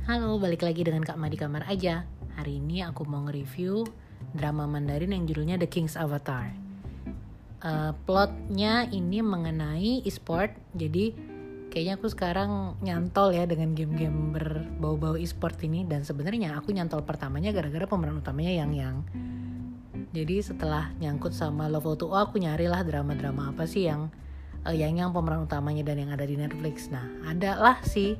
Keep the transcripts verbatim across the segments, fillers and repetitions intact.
Halo, balik lagi dengan Kak Ma di kamar aja. Hari ini aku mau nge-review drama Mandarin yang judulnya The King's Avatar. Uh, plotnya ini mengenai e-sport. Jadi kayaknya aku sekarang nyantol ya dengan game-game berbau-bau e-sport ini. Dan sebenarnya aku nyantol pertamanya gara-gara pemeran utamanya Yang Yang. Jadi setelah nyangkut sama Love O two O, aku nyarilah drama-drama apa sih yang uh, Yang Yang pemeran utamanya dan yang ada di Netflix. Nah, adalah sih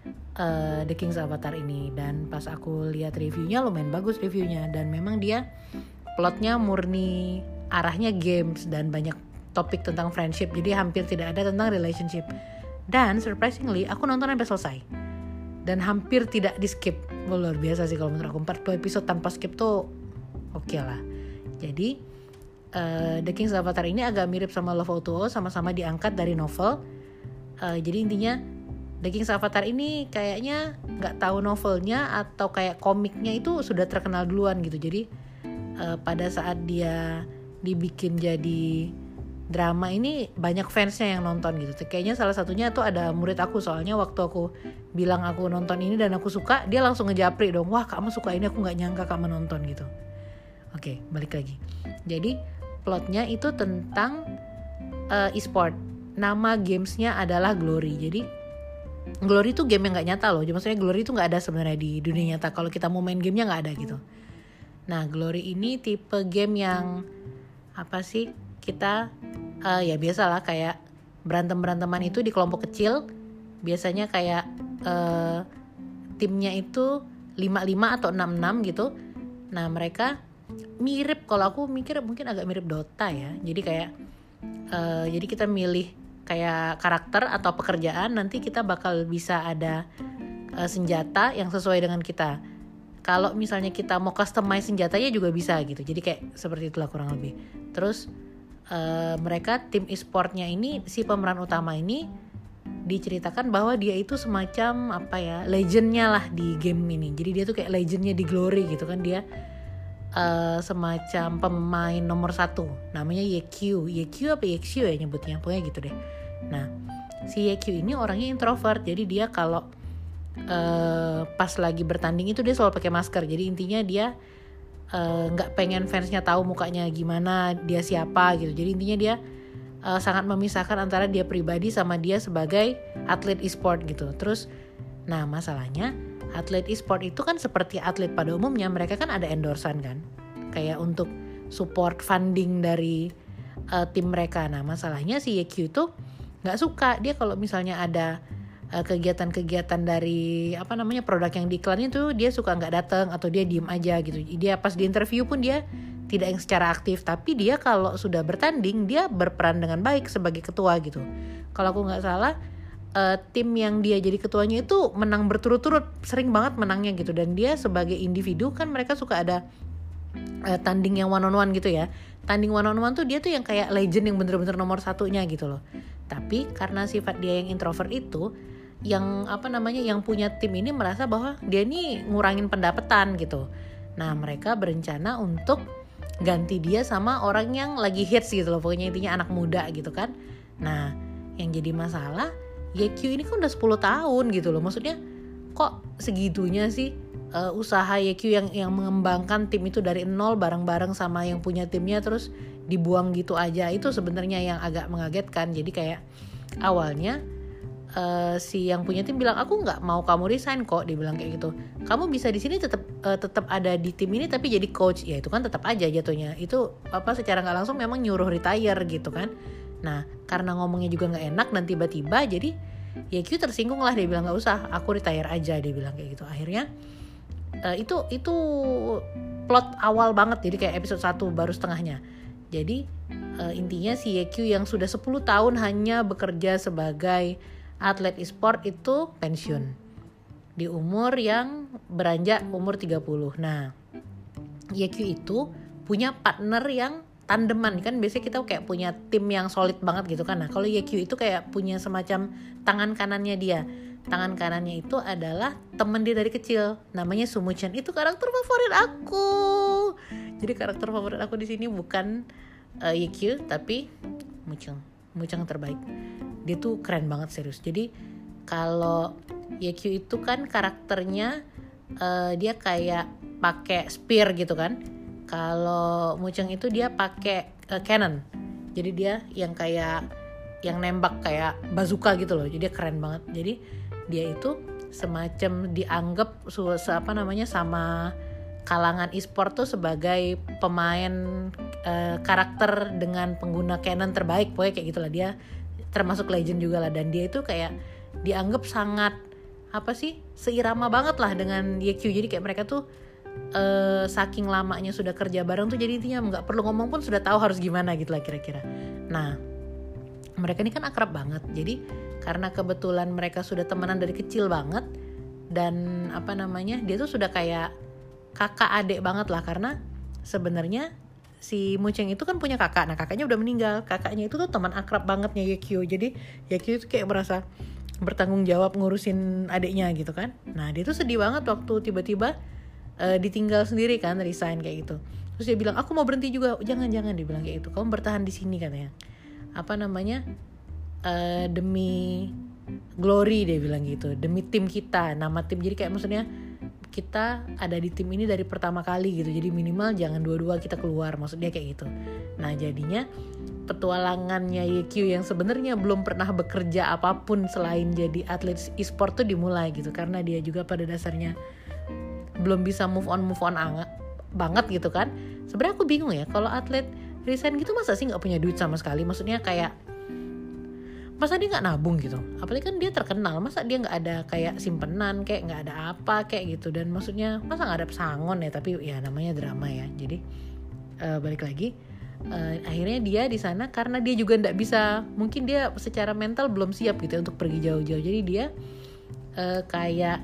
Uh, The King's Avatar ini. Dan pas aku lihat reviewnya lumayan bagus reviewnya, dan memang dia plotnya murni arahnya games dan banyak topik tentang friendship, jadi hampir tidak ada tentang relationship. Dan surprisingly aku nonton sampai selesai dan hampir tidak di skip. Luar biasa sih kalau menurut aku, empat puluh episode tanpa skip tuh oke okay lah. Jadi uh, The King's Avatar ini agak mirip sama Love O two O, sama-sama diangkat dari novel. uh, jadi intinya The King's Avatar ini kayaknya gak tahu novelnya atau kayak komiknya itu sudah terkenal duluan gitu. Jadi uh, pada saat dia dibikin jadi drama ini banyak fansnya yang nonton gitu. Kayaknya salah satunya tuh ada murid aku, soalnya waktu aku bilang aku nonton ini dan aku suka, dia langsung ngejapri dong, wah kamu suka ini, aku gak nyangka kamu nonton gitu. Oke, balik lagi. Jadi plotnya itu tentang uh, e-sport. Nama gamesnya adalah Glory. Jadi Glory itu game yang gak nyata loh. Maksudnya Glory itu gak ada sebenarnya di dunia nyata. Kalau kita mau main gamenya gak ada gitu. Nah, Glory ini tipe game yang apa sih, kita uh, ya biasalah kayak berantem-beranteman itu di kelompok kecil. Biasanya kayak uh, timnya itu lima lima atau enam enam gitu. Nah, mereka mirip, kalau aku mikir mungkin agak mirip Dota ya. Jadi kayak uh, jadi kita milih kayak karakter atau pekerjaan, nanti kita bakal bisa ada uh, senjata yang sesuai dengan kita. Kalau misalnya kita mau customize senjatanya juga bisa gitu. Jadi kayak seperti itulah kurang lebih. Terus uh, mereka tim e-sportnya ini, si pemeran utama ini diceritakan bahwa dia itu semacam apa ya, legendnya lah di game ini. Jadi dia tuh kayak legendnya di Glory gitu kan. Dia uh, semacam pemain nomor satu, namanya Yeqiu. Yeqiu apa Yeqiu ya nyebutnya, pokoknya gitu deh. Nah, si Yeqiu ini orangnya introvert. Jadi dia kalau uh, pas lagi bertanding itu dia selalu pakai masker. Jadi intinya dia nggak uh, pengen fansnya tahu mukanya gimana, dia siapa gitu. Jadi intinya dia uh, sangat memisahkan antara dia pribadi sama dia sebagai atlet e-sport gitu. Terus, nah masalahnya atlet e-sport itu kan seperti atlet pada umumnya, mereka kan ada endorsan kan, kayak untuk support funding dari uh, tim mereka. Nah masalahnya si Yeqiu itu nggak suka. Dia kalau misalnya ada uh, kegiatan-kegiatan dari apa namanya produk yang diiklanin tuh, dia suka nggak datang atau dia diem aja gitu. Dia pas di interview pun dia tidak yang secara aktif, tapi dia kalau sudah bertanding dia berperan dengan baik sebagai ketua gitu. Kalau aku nggak salah, uh, tim yang dia jadi ketuanya itu menang berturut-turut, sering banget menangnya gitu. Dan dia sebagai individu kan mereka suka ada uh, tanding yang one on one gitu ya. Tanding one on one tuh dia tuh yang kayak legend yang bener-bener nomor satunya gitu loh. Tapi karena sifat dia yang introvert itu, yang apa namanya yang punya tim ini merasa bahwa dia ini ngurangin pendapatan gitu. Nah mereka berencana untuk ganti dia sama orang yang lagi hits gitu loh. Pokoknya intinya anak muda gitu kan. Nah yang jadi masalah, Yeqiu ini kan udah sepuluh tahun gitu loh. Maksudnya kok segitunya sih uh, usaha Yeqiu yang yang mengembangkan tim itu dari nol bareng-bareng sama yang punya timnya, terus dibuang gitu aja. Itu sebenarnya yang agak mengagetkan. Jadi kayak awalnya uh, si yang punya tim bilang, aku nggak mau kamu resign kok, dia bilang kayak gitu. Kamu bisa di sini tetap uh, tetap ada di tim ini tapi jadi coach. Ya itu kan tetap aja jatuhnya. Itu apa secara nggak langsung memang nyuruh retire gitu kan. Nah karena ngomongnya juga nggak enak dan tiba-tiba jadi Yeqiu tersinggung lah, dia bilang nggak usah, aku retire aja, dia bilang kayak gitu. Akhirnya uh, itu itu plot awal banget. Jadi kayak episode satu baru setengahnya. Jadi uh, intinya si Yeqiu yang sudah sepuluh tahun hanya bekerja sebagai atlet e-sport itu pensiun di umur yang beranjak umur tiga puluh. Nah, Yeqiu itu punya partner yang tandeman. Kan biasanya kita kayak punya tim yang solid banget gitu kan. Nah, kalau Yeqiu itu kayak punya semacam tangan kanannya dia. Tangan kanannya itu adalah teman dia dari kecil, namanya Sumuchan. Itu karakter favorit aku. Jadi karakter favorit aku di sini bukan uh, Yeqiu tapi Mucheng. Mucheng terbaik. Dia tuh keren banget serius. Jadi kalau Yeokyu itu kan karakternya uh, dia kayak pakai spear gitu kan. Kalau Mucheng itu dia pakai uh, cannon. Jadi dia yang kayak yang nembak kayak bazooka gitu loh. Jadi dia keren banget. Jadi dia itu semacam dianggap su- apa namanya sama kalangan e-sport tuh sebagai pemain uh, karakter dengan pengguna cannon terbaik, pokoknya kayak gitulah. Dia termasuk legend juga lah, dan dia itu kayak dianggap sangat apa sih seirama banget lah dengan Yeokyu. Jadi kayak mereka tuh uh, saking lamanya sudah kerja bareng tuh, jadi intinya nggak perlu ngomong pun sudah tahu harus gimana gitu lah kira-kira. Nah mereka ini kan akrab banget, jadi karena kebetulan mereka sudah temenan dari kecil banget, dan apa namanya dia tuh sudah kayak kakak adik banget lah, karena sebenarnya si Mucheng itu kan punya kakak. Nah kakaknya udah meninggal, kakaknya itu tuh teman akrab bangetnya Yeokyu. Jadi Yeokyu itu kayak merasa bertanggung jawab ngurusin adiknya gitu kan. Nah dia tuh sedih banget waktu tiba-tiba uh, ditinggal sendiri kan, resign kayak gitu. Terus dia bilang aku mau berhenti juga. Jangan-jangan dia bilang kayak gitu, kamu bertahan di sini katanya. Apa namanya uh, demi glory dia bilang gitu, demi tim kita, nama tim. Jadi kayak maksudnya kita ada di tim ini dari pertama kali gitu, jadi minimal jangan dua-dua kita keluar, maksudnya kayak gitu. Nah jadinya petualangannya Yeokyu yang sebenarnya belum pernah bekerja apapun selain jadi atlet e-sport tuh dimulai gitu, karena dia juga pada dasarnya belum bisa move on move on ang- banget gitu kan. Sebenarnya aku bingung ya, kalau atlet resign gitu masa sih nggak punya duit sama sekali, maksudnya kayak masa dia nggak nabung gitu, apalagi kan dia terkenal, masa dia nggak ada kayak simpenan, kayak nggak ada apa kayak gitu. Dan maksudnya masa nggak ada pesangon ya, tapi ya namanya drama ya. Jadi uh, balik lagi uh, akhirnya dia di sana karena dia juga nggak bisa, mungkin dia secara mental belum siap gitu untuk pergi jauh-jauh. Jadi dia uh, kayak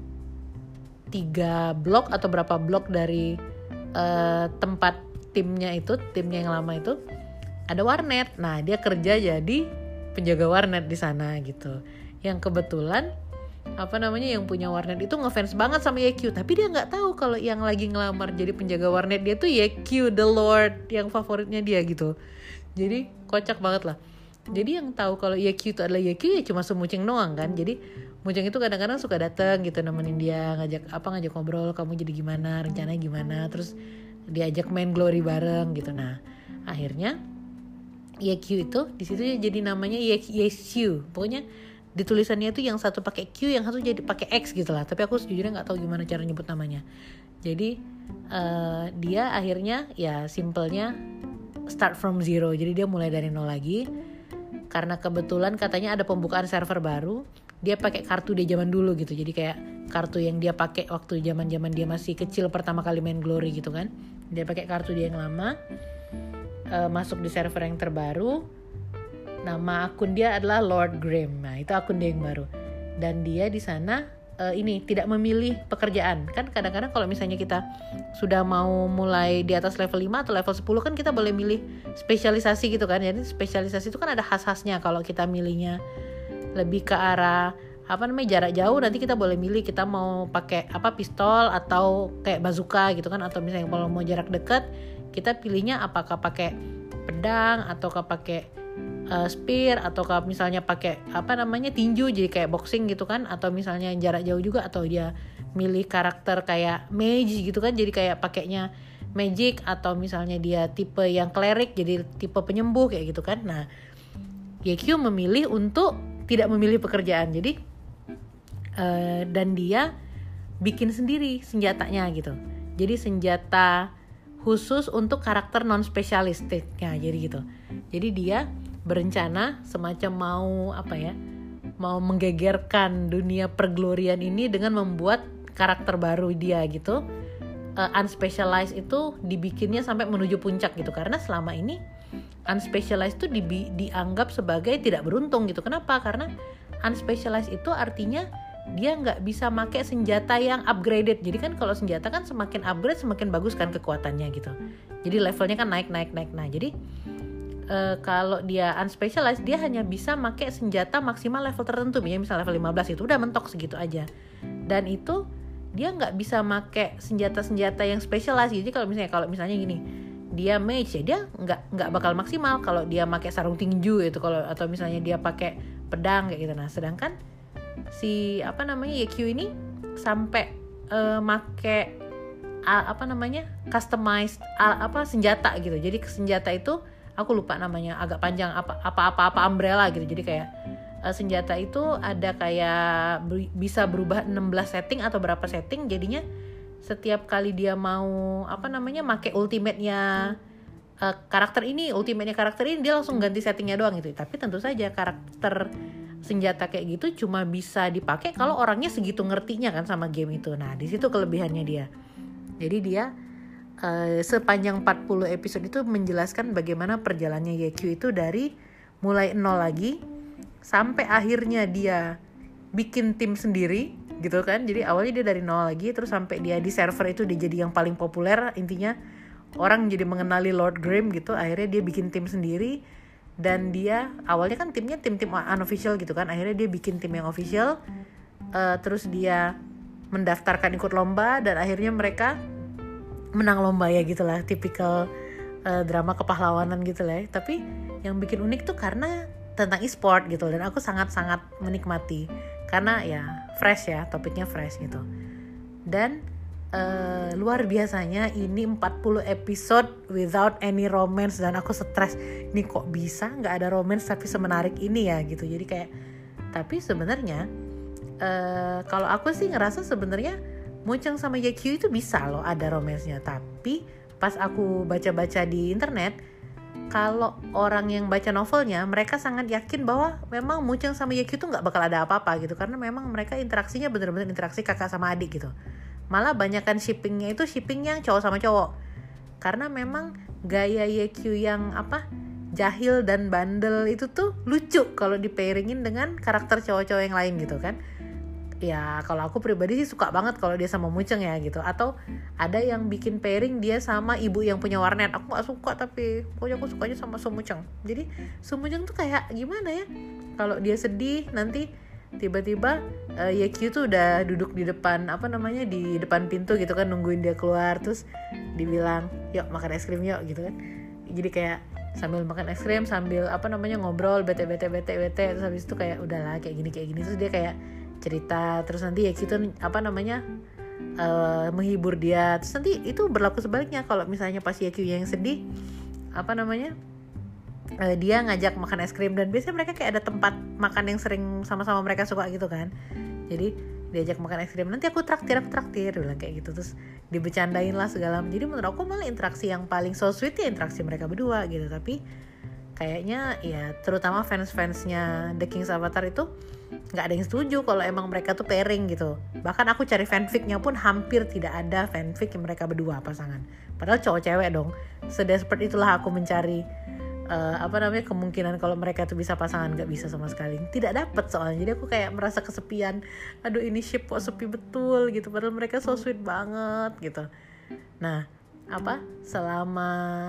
tiga blok atau berapa blok dari uh, tempat timnya itu, timnya yang lama itu ada warnet. Nah dia kerja jadi penjaga warnet di sana gitu. Yang kebetulan apa namanya yang punya warnet itu ngefans banget sama Yeokyu, tapi dia nggak tahu kalau yang lagi ngelamar jadi penjaga warnet dia tuh Yeokyu, the Lord, yang favoritnya dia gitu. Jadi kocak banget lah. Jadi yang tahu kalau Yeokyu itu adalah Yeokyu ya cuma Mucheng doang kan. Jadi Mucheng itu kadang-kadang suka datang gitu, nemenin dia, ngajak apa ngajak ngobrol, kamu jadi gimana, rencananya gimana, terus diajak main glory bareng gitu. Nah akhirnya Yeokyu itu di situ jadi namanya Yeokyu. Pokoknya di tulisannya itu yang satu pakai Q, yang satu jadi pakai X gitu lah. Tapi aku sejujurnya nggak tahu gimana cara nyebut namanya. Jadi uh, dia akhirnya ya simpelnya start from zero. Jadi dia mulai dari nol lagi. Karena kebetulan katanya ada pembukaan server baru, dia pakai kartu dia zaman dulu gitu. Jadi kayak kartu yang dia pakai waktu zaman-zaman dia masih kecil pertama kali main glory gitu kan. Dia pakai kartu dia yang lama. Uh, masuk di server yang terbaru, nama akun dia adalah Lord Grimm. Nah itu akun dia yang baru, dan dia di sana uh, ini tidak memilih pekerjaan. Kan kadang-kadang kalau misalnya kita sudah mau mulai di atas level lima atau level sepuluh kan kita boleh milih spesialisasi gitu kan. Jadi spesialisasi itu kan ada khas-khasnya. Kalau kita milihnya lebih ke arah apa namanya jarak jauh, nanti kita boleh milih kita mau pakai apa pistol atau kayak bazooka gitu kan. Atau misalnya kalau mau jarak dekat kita pilihnya apakah pakai pedang ataukah pakai uh, spear ataukah misalnya pakai apa namanya tinju jadi kayak boxing gitu kan. Atau misalnya jarak jauh juga, atau dia milih karakter kayak mage gitu kan, jadi kayak pakainya magic. Atau misalnya dia tipe yang cleric jadi tipe penyembuh kayak gitu kan. Nah Yeokyu memilih untuk tidak memilih pekerjaan. Jadi uh, dan dia bikin sendiri senjatanya gitu. Jadi senjata khusus untuk karakter non spesialistiknya, jadi gitu. Jadi dia berencana semacam mau apa ya, mau menggegerkan dunia perglorian ini dengan membuat karakter baru dia gitu. Uh, unspecialized itu dibikinnya sampai menuju puncak gitu, karena selama ini unspecialized itu di, dianggap sebagai tidak beruntung gitu. Kenapa? Karena unspecialized itu artinya dia nggak bisa pakai senjata yang upgraded. Jadi kan kalau senjata kan semakin upgrade semakin bagus kan kekuatannya gitu. Jadi levelnya kan naik naik naik. Nah jadi e, kalau dia unspecialized dia hanya bisa pakai senjata maksimal level tertentu. Misalnya level lima belas itu udah mentok segitu aja. Dan itu dia nggak bisa pakai senjata-senjata yang specialized. Jadi kalau misalnya kalau misalnya gini, dia mage ya dia nggak nggak bakal maksimal kalau dia pakai sarung tinju itu, kalau atau misalnya dia pakai pedang kayak gitu. Nah sedangkan si apa namanya Yekyuu ini sampai uh, make uh, apa namanya customized uh, apa senjata gitu. Jadi senjata itu aku lupa namanya, agak panjang, apa apa apa apa umbrella gitu. Jadi kayak uh, senjata itu ada kayak ber, bisa berubah enam belas setting atau berapa setting, jadinya setiap kali dia mau apa namanya make ultimate-nya uh, karakter ini, ultimate-nya karakter ini, dia langsung ganti settingnya doang gitu. Tapi tentu saja karakter senjata kayak gitu cuma bisa dipakai kalau orangnya segitu ngertinya kan sama game itu. Nah, di situ kelebihannya dia. Jadi dia uh, sepanjang empat puluh episode itu menjelaskan bagaimana perjalanannya Yekyuu itu dari mulai nol lagi sampai akhirnya dia bikin tim sendiri gitu kan. Jadi awalnya dia dari nol lagi, terus sampai dia di server itu dia jadi yang paling populer, intinya orang jadi mengenali Lord Grimm gitu. Akhirnya dia bikin tim sendiri. Dan dia awalnya kan timnya tim-tim unofficial gitu kan, akhirnya dia bikin tim yang official, uh, terus dia mendaftarkan ikut lomba dan akhirnya mereka menang lomba ya gitulah, tipikal uh, drama kepahlawanan gitu lah. Tapi yang bikin unik tuh karena tentang e-sport gitu, dan aku sangat-sangat menikmati karena ya fresh ya, topiknya fresh gitu. Dan Uh, luar biasanya ini empat puluh episode without any romance, dan aku stres nih, kok bisa nggak ada romance tapi semenarik ini ya gitu. Jadi kayak, tapi sebenarnya uh, kalau aku sih ngerasa sebenarnya Mucheng sama Yekyuu itu bisa loh ada romance-nya. Tapi pas aku baca-baca di internet, kalau orang yang baca novelnya mereka sangat yakin bahwa memang Mucheng sama Yekyuu tuh nggak bakal ada apa-apa gitu, karena memang mereka interaksinya bener-bener interaksi kakak sama adik gitu. Malah banyakan shippingnya itu shipping yang cowok sama cowok, karena memang gaya Yekyuu yang apa jahil dan bandel itu tuh lucu kalau di pairingin dengan karakter cowok-cowok yang lain gitu kan. Ya kalau aku pribadi sih suka banget kalau dia sama Mucheng ya gitu. Atau ada yang bikin pairing dia sama ibu yang punya warnet, aku gak suka, tapi pokoknya aku sukanya sama Su Mucheng. Jadi Su Mucheng tuh kayak gimana ya, kalau dia sedih nanti tiba-tiba uh, Yekyuu tuh udah duduk di depan apa namanya di depan pintu gitu kan, nungguin dia keluar, terus dibilang yuk makan es krim yuk gitu kan. Jadi kayak sambil makan es krim sambil apa namanya ngobrol bete bete bete bete terus habis itu kayak udahlah kayak gini kayak gini, terus dia kayak cerita, terus nanti Yekyuu tuh apa namanya uh, menghibur dia. Terus nanti itu berlaku sebaliknya, kalau misalnya pas Yekyuu yang sedih apa namanya Uh, dia ngajak makan es krim, dan biasanya mereka kayak ada tempat makan yang sering sama-sama mereka suka gitu kan. Jadi diajak makan es krim, nanti aku traktir, aku traktir, bilang kayak gitu, terus dibecandain lah segala. Jadi menurut aku malah interaksi yang paling so sweet ya interaksi mereka berdua gitu. Tapi kayaknya ya terutama fans-fansnya The King's Avatar itu nggak ada yang setuju kalau emang mereka tuh pairing gitu. Bahkan aku cari fanficnya pun hampir tidak ada fanfic yang mereka berdua pasangan. Padahal cowok cewek dong. Sedesperate itulah aku mencari Uh, apa namanya kemungkinan kalau mereka tuh bisa pasangan, nggak bisa sama sekali, tidak dapet soalnya. Jadi aku kayak merasa kesepian, aduh ini ship kok sepi betul gitu, padahal mereka so sweet banget gitu. Nah apa selama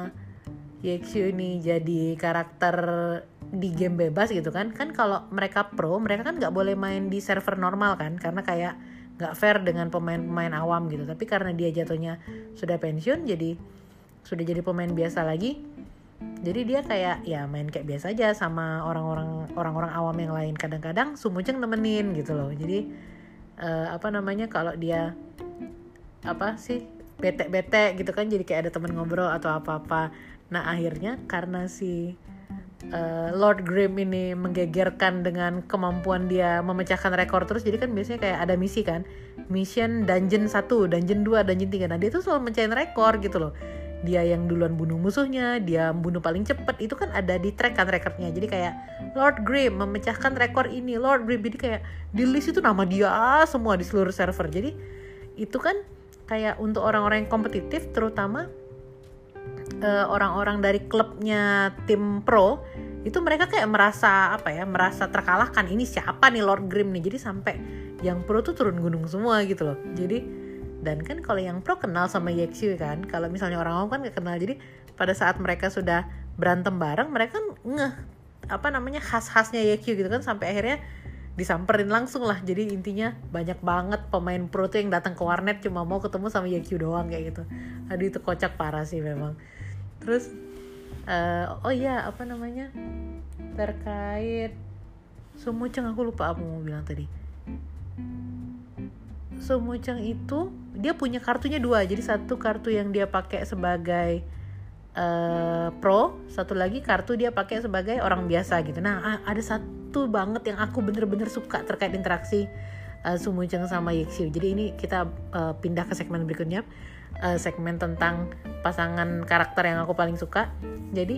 Yekyuu ini jadi karakter di game bebas gitu kan, kan kalau mereka pro mereka kan nggak boleh main di server normal kan, karena kayak nggak fair dengan pemain-pemain awam gitu. Tapi karena dia jatuhnya sudah pensiun, jadi sudah jadi pemain biasa lagi. Jadi dia kayak ya main kayak biasa aja sama orang-orang orang-orang awam yang lain. Kadang-kadang Su Mucheng nemenin gitu loh. Jadi uh, apa namanya kalau dia apa sih bete-bete gitu kan, jadi kayak ada teman ngobrol atau apa-apa. Nah akhirnya karena si uh, Lord Grimm ini menggegerkan dengan kemampuan dia memecahkan rekor terus. Jadi kan biasanya kayak ada misi kan, mission dungeon satu, dungeon dua, dungeon tiga. Nah dia tuh selalu mecahin rekor gitu loh. Dia yang duluan bunuh musuhnya, dia bunuh paling cepet, itu kan ada di track kan rekornya. Jadi kayak Lord Grimm memecahkan rekor ini, Lord Grimm, jadi kayak di list itu nama dia semua di seluruh server. Jadi itu kan kayak untuk orang-orang yang kompetitif, terutama uh, orang-orang dari klubnya tim pro, itu mereka kayak merasa apa ya, merasa terkalahkan. Ini siapa nih Lord Grimm nih? Jadi sampai yang pro tuh turun gunung semua gitu loh. Jadi dan kan kalau yang pro kenal sama Yekyuu kan, kalau misalnya orang awam kan gak kenal. Jadi pada saat mereka sudah berantem bareng, mereka kan ngeh apa namanya khas-khasnya Yekyuu gitu kan, sampai akhirnya disamperin langsung lah. Jadi intinya banyak banget pemain pro tuh yang datang ke warnet cuma mau ketemu sama Yekyuu doang kayak gitu. Aduh itu kocak parah sih memang. Terus uh, oh iya apa namanya terkait Su Mucheng, aku lupa apa mau bilang tadi. Su Mucheng itu dia punya kartunya dua, jadi satu kartu yang dia pakai sebagai uh, pro, satu lagi kartu dia pakai sebagai orang biasa gitu. Nah ada satu banget yang aku bener-bener suka terkait interaksi uh, Su Mucheng sama Ye Xiu. Jadi ini kita uh, pindah ke segmen berikutnya, uh, segmen tentang pasangan karakter yang aku paling suka. Jadi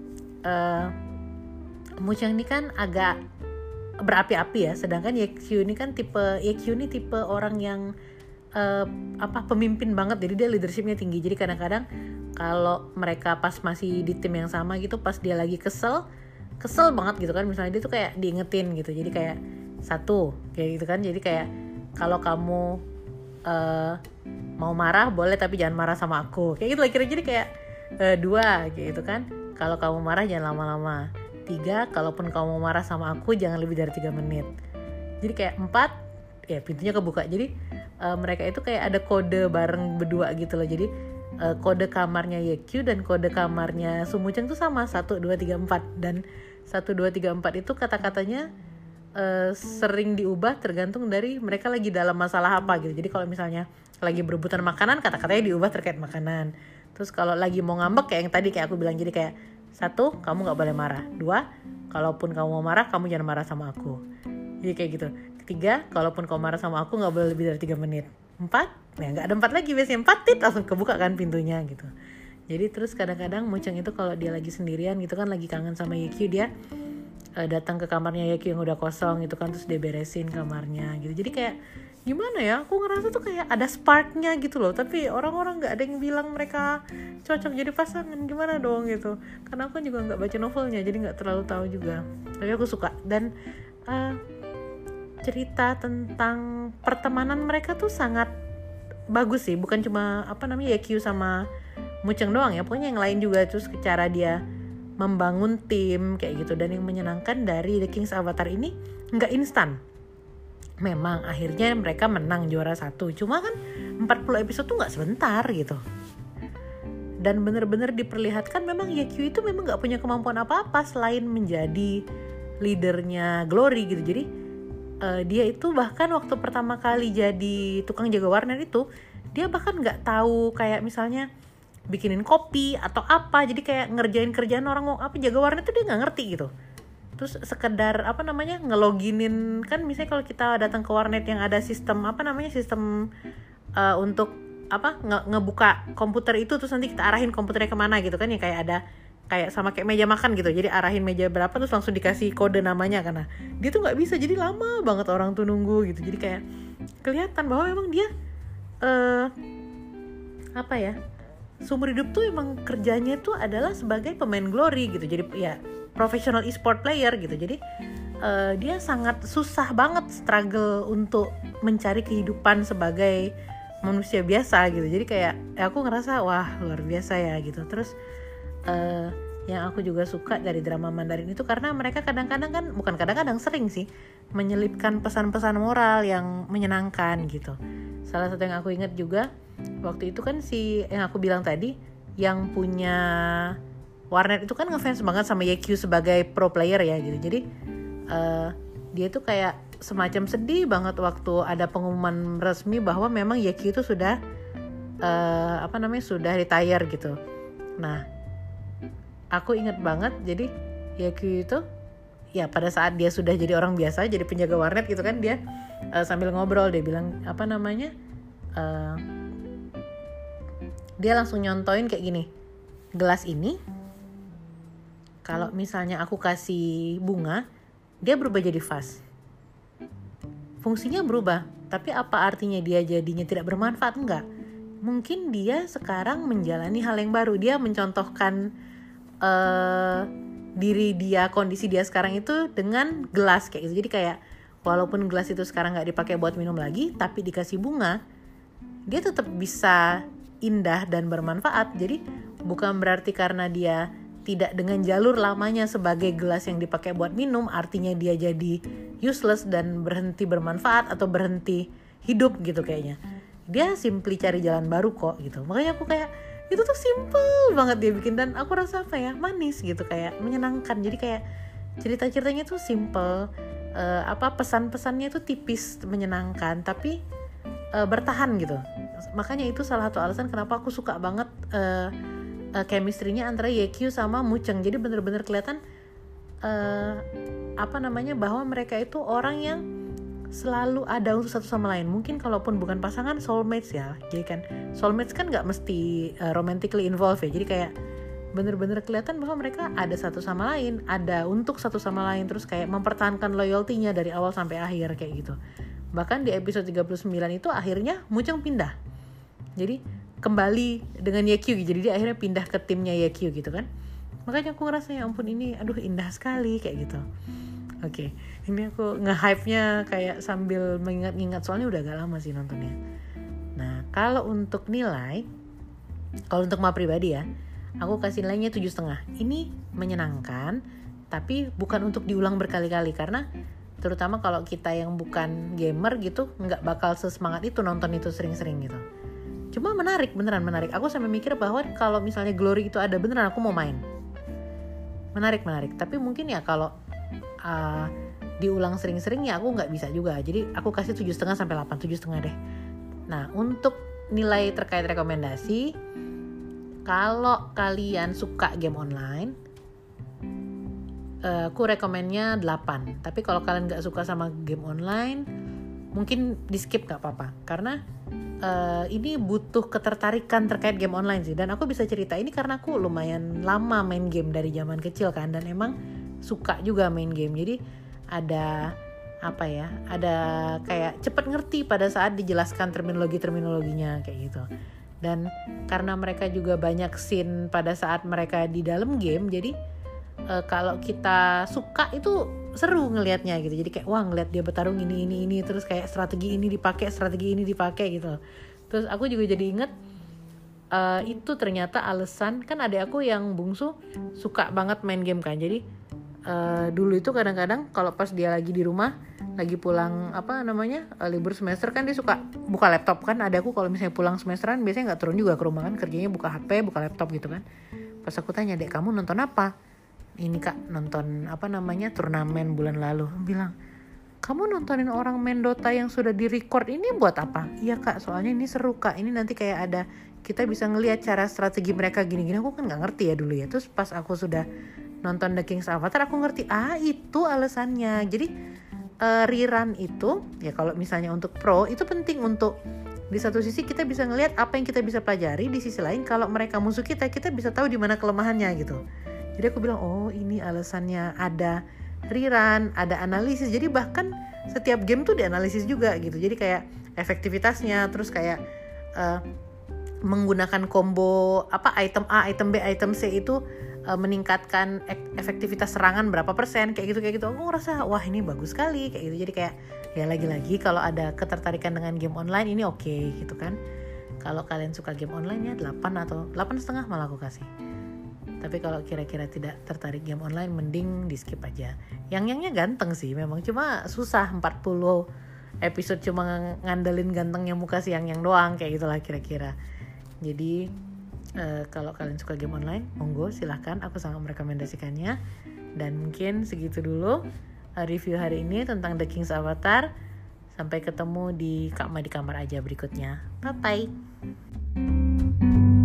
uh, Mucheng ini kan agak berapi-api ya, sedangkan Ye Xiu ini kan tipe Ye Xiu ini tipe orang yang uh, apa pemimpin banget, jadi dia leadershipnya tinggi. Jadi kadang-kadang kalau mereka pas masih di tim yang sama gitu, pas dia lagi kesel kesel banget gitu kan, misalnya dia tuh kayak diingetin gitu, jadi kayak satu kayak gitu kan, jadi kayak kalau kamu uh, mau marah boleh tapi jangan marah sama aku kayak gitu lah kira-kira. Jadi kayak uh, dua kayak gitu kan, kalau kamu marah jangan lama-lama. Tiga, kalaupun kamu marah sama aku jangan lebih dari tiga menit. Jadi kayak empat, ya pintunya kebuka. Jadi uh, mereka itu kayak ada kode bareng berdua gitu loh. Jadi uh, kode kamarnya Ye Xiu dan kode kamarnya Su Mucheng tuh sama, satu, dua, tiga, empat. Dan satu, dua, tiga, empat itu kata-katanya uh, sering diubah tergantung dari mereka lagi dalam masalah apa gitu. Jadi kalau misalnya lagi berebutan makanan, kata-katanya diubah terkait makanan. Terus kalau lagi mau ngambek kayak yang tadi kayak aku bilang, jadi kayak satu, kamu gak boleh marah. Dua, kalaupun kamu mau marah, kamu jangan marah sama aku. Jadi kayak gitu. Ketiga, kalaupun kamu marah sama aku gak boleh lebih dari tiga menit. Empat, ya gak ada empat lagi biasanya. Empat tit langsung kebuka kan pintunya gitu. Jadi terus kadang-kadang Mucheng itu kalau dia lagi sendirian gitu kan, lagi kangen sama Ye Xiu, dia uh, datang ke kamarnya Ye Xiu yang udah kosong gitu kan, terus dia beresin kamarnya gitu. Jadi kayak gimana ya, aku ngerasa tuh kayak ada sparknya gitu loh. Tapi orang-orang gak ada yang bilang mereka cocok jadi pasangan, gimana dong gitu. Karena aku juga gak baca novelnya, jadi gak terlalu tahu juga. Tapi aku suka. Dan uh, cerita tentang pertemanan mereka tuh sangat bagus sih. Bukan cuma apa namanya Ye Xiu sama Mucheng doang ya, pokoknya yang lain juga. Terus cara dia membangun tim kayak gitu. Dan yang menyenangkan dari The King's Avatar ini gak instan. Memang akhirnya mereka menang juara satu, cuma kan empat puluh episode tuh gak sebentar gitu. Dan bener-bener diperlihatkan memang Ye Xiu itu memang gak punya kemampuan apa-apa selain menjadi leadernya Glory gitu. Jadi uh, dia itu bahkan waktu pertama kali jadi tukang jaga warnet itu, dia bahkan gak tahu kayak misalnya bikinin kopi atau apa. Jadi kayak ngerjain kerjaan orang mau apa jaga warnet itu dia gak ngerti gitu. Terus sekedar apa namanya ngeloginin kan, misalnya kalau kita datang ke warnet yang ada sistem apa namanya sistem uh, untuk apa nge- ngebuka komputer itu, terus nanti kita arahin komputernya kemana gitu kan ya, kayak ada kayak sama kayak meja makan gitu, jadi arahin meja berapa terus langsung dikasih kode namanya. Karena dia tuh nggak bisa, jadi lama banget orang tuh nunggu gitu. Jadi kayak kelihatan bahwa memang dia uh, apa ya seumur hidup tuh emang kerjanya tuh adalah sebagai pemain Glory gitu. Jadi ya professional e-sport player gitu. Jadi uh, dia sangat susah banget struggle untuk mencari kehidupan sebagai manusia biasa gitu. Jadi kayak ya aku ngerasa wah luar biasa ya gitu. Terus uh, yang aku juga suka dari drama Mandarin itu karena mereka kadang-kadang kan, bukan kadang-kadang, sering sih menyelipkan pesan-pesan moral yang menyenangkan gitu. Salah satu yang aku ingat juga waktu itu kan si yang aku bilang tadi, yang punya warnet itu kan ngefans banget sama Ye Xiu sebagai pro player ya gitu. Jadi uh, dia tuh kayak semacam sedih banget waktu ada pengumuman resmi bahwa memang Ye Xiu itu sudah uh, apa namanya sudah retire gitu. Nah, aku inget banget, jadi Ye Xiu itu ya pada saat dia sudah jadi orang biasa, jadi penjaga warnet gitu kan, dia uh, sambil ngobrol dia bilang apa namanya uh, dia langsung nyontoin kayak gini, gelas ini kalau misalnya aku kasih bunga, dia berubah jadi vas. Fungsinya berubah, tapi apa artinya dia jadinya tidak bermanfaat? Enggak. Mungkin dia sekarang menjalani hal yang baru. Dia mencontohkan uh, diri dia, kondisi dia sekarang itu dengan gelas kayak gitu. Jadi kayak walaupun gelas itu sekarang gak dipakai buat minum lagi, tapi dikasih bunga, dia tetap bisa indah dan bermanfaat. Jadi bukan berarti karena dia tidak dengan jalur lamanya sebagai gelas yang dipakai buat minum, artinya dia jadi useless dan berhenti bermanfaat atau berhenti hidup gitu kayaknya. Dia simply cari jalan baru kok gitu. Makanya aku kayak itu tuh simple banget dia bikin, dan aku rasa apa ya manis gitu, kayak menyenangkan. Jadi kayak cerita-ceritanya tuh simple, uh, apa pesan-pesannya itu tipis, menyenangkan, tapi uh, bertahan gitu. Makanya itu salah satu alasan kenapa aku suka banget uh, uh, chemistry-nya antara Ye-Kyu sama Mucheng. Jadi bener-bener kelihatan uh, apa namanya bahwa mereka itu orang yang selalu ada untuk satu sama lain. Mungkin kalaupun bukan pasangan, soulmates ya. Jadi kan soulmates kan nggak mesti uh, romantically involved ya. Jadi kayak bener-bener kelihatan bahwa mereka ada satu sama lain, ada untuk satu sama lain, terus kayak mempertahankan loyalty-nya dari awal sampai akhir kayak gitu. Bahkan di episode tiga puluh sembilan itu akhirnya Mucheng pindah. Jadi kembali dengan Ye-Kyu, jadi dia akhirnya pindah ke timnya Ye-Kyu gitu kan. Makanya aku ngerasa ya ampun ini aduh indah sekali kayak gitu. Oke, okay. Ini aku nge-hype-nya kayak sambil mengingat-ingat soalnya udah agak lama sih nontonnya. Nah, kalau untuk nilai, kalau untuk Ma pribadi ya, aku kasih nilainya tujuh setengah. Ini menyenangkan, tapi bukan untuk diulang berkali-kali karena terutama kalau kita yang bukan gamer gitu, nggak bakal sesemangat itu nonton itu sering-sering gitu. Cuma menarik, beneran menarik. Aku sampai mikir bahwa kalau misalnya Glory itu ada beneran aku mau main. Menarik, menarik. Tapi mungkin ya kalau Uh, diulang sering-sering ya aku nggak bisa juga, jadi aku kasih tujuh setengah sampai delapan, tujuh setengah deh. Nah untuk nilai terkait rekomendasi, kalau kalian suka game online, uh, aku rekomennya delapan. Tapi kalau kalian nggak suka sama game online, mungkin di skip nggak apa-apa, karena uh, ini butuh ketertarikan terkait game online sih. Dan aku bisa cerita ini karena aku lumayan lama main game dari zaman kecil kan, dan emang suka juga main game. Jadi ada apa ya, ada kayak cepet ngerti pada saat dijelaskan terminologi-terminologinya kayak gitu. Dan karena mereka juga banyak scene pada saat mereka di dalam game, jadi e, kalau kita suka itu seru ngelihatnya gitu. Jadi kayak wah ngelihat dia bertarung ini ini ini terus kayak strategi ini dipakai, strategi ini dipakai gitu. Terus aku juga jadi inget e, itu ternyata alasan kan adek aku yang bungsu suka banget main game kan. Jadi Uh, dulu itu kadang-kadang kalau pas dia lagi di rumah lagi pulang apa namanya uh, libur semester kan dia suka buka laptop kan. Ada aku kalau misalnya pulang semesteran biasanya nggak turun juga ke rumah kan, kerjanya buka H P buka laptop gitu kan. Pas aku tanya, dek kamu nonton apa? Ini kak nonton apa namanya turnamen bulan lalu. Bilang kamu nontonin orang main Dota yang sudah di record ini buat apa? Iya kak soalnya ini seru kak, ini nanti kayak ada kita bisa ngelihat cara strategi mereka gini-gini. Aku kan nggak ngerti ya dulu ya. Terus pas aku sudah nonton The King's Avatar aku ngerti, ah itu alasannya. Jadi uh, rerun itu ya kalau misalnya untuk pro itu penting untuk di satu sisi kita bisa ngelihat apa yang kita bisa pelajari, di sisi lain kalau mereka musuh kita kita bisa tahu di mana kelemahannya gitu. Jadi aku bilang oh ini alasannya, ada rerun, ada analisis. Jadi bahkan setiap game tuh dianalisis juga gitu. Jadi kayak efektivitasnya, terus kayak uh, menggunakan combo apa item A, item B, item C itu meningkatkan efektivitas serangan berapa persen kayak gitu kayak gitu. Aku ngerasa wah ini bagus sekali kayak gitu. Jadi kayak ya lagi-lagi kalau ada ketertarikan dengan game online ini oke okay, gitu kan. Kalau kalian suka game online ya delapan atau delapan setengah malah aku kasih. Tapi kalau kira-kira tidak tertarik game online mending di skip aja. Yang-yangnya ganteng sih memang, cuma susah empat puluh episode cuma ngandelin gantengnya muka si yang-yang doang kayak gitulah kira-kira. Jadi Uh, kalau kalian suka game online, monggo silahkan, aku sangat merekomendasikannya. Dan mungkin segitu dulu uh, review hari ini tentang The King's Avatar. Sampai ketemu di Kak Ma di Kamar Aja berikutnya. Bye bye.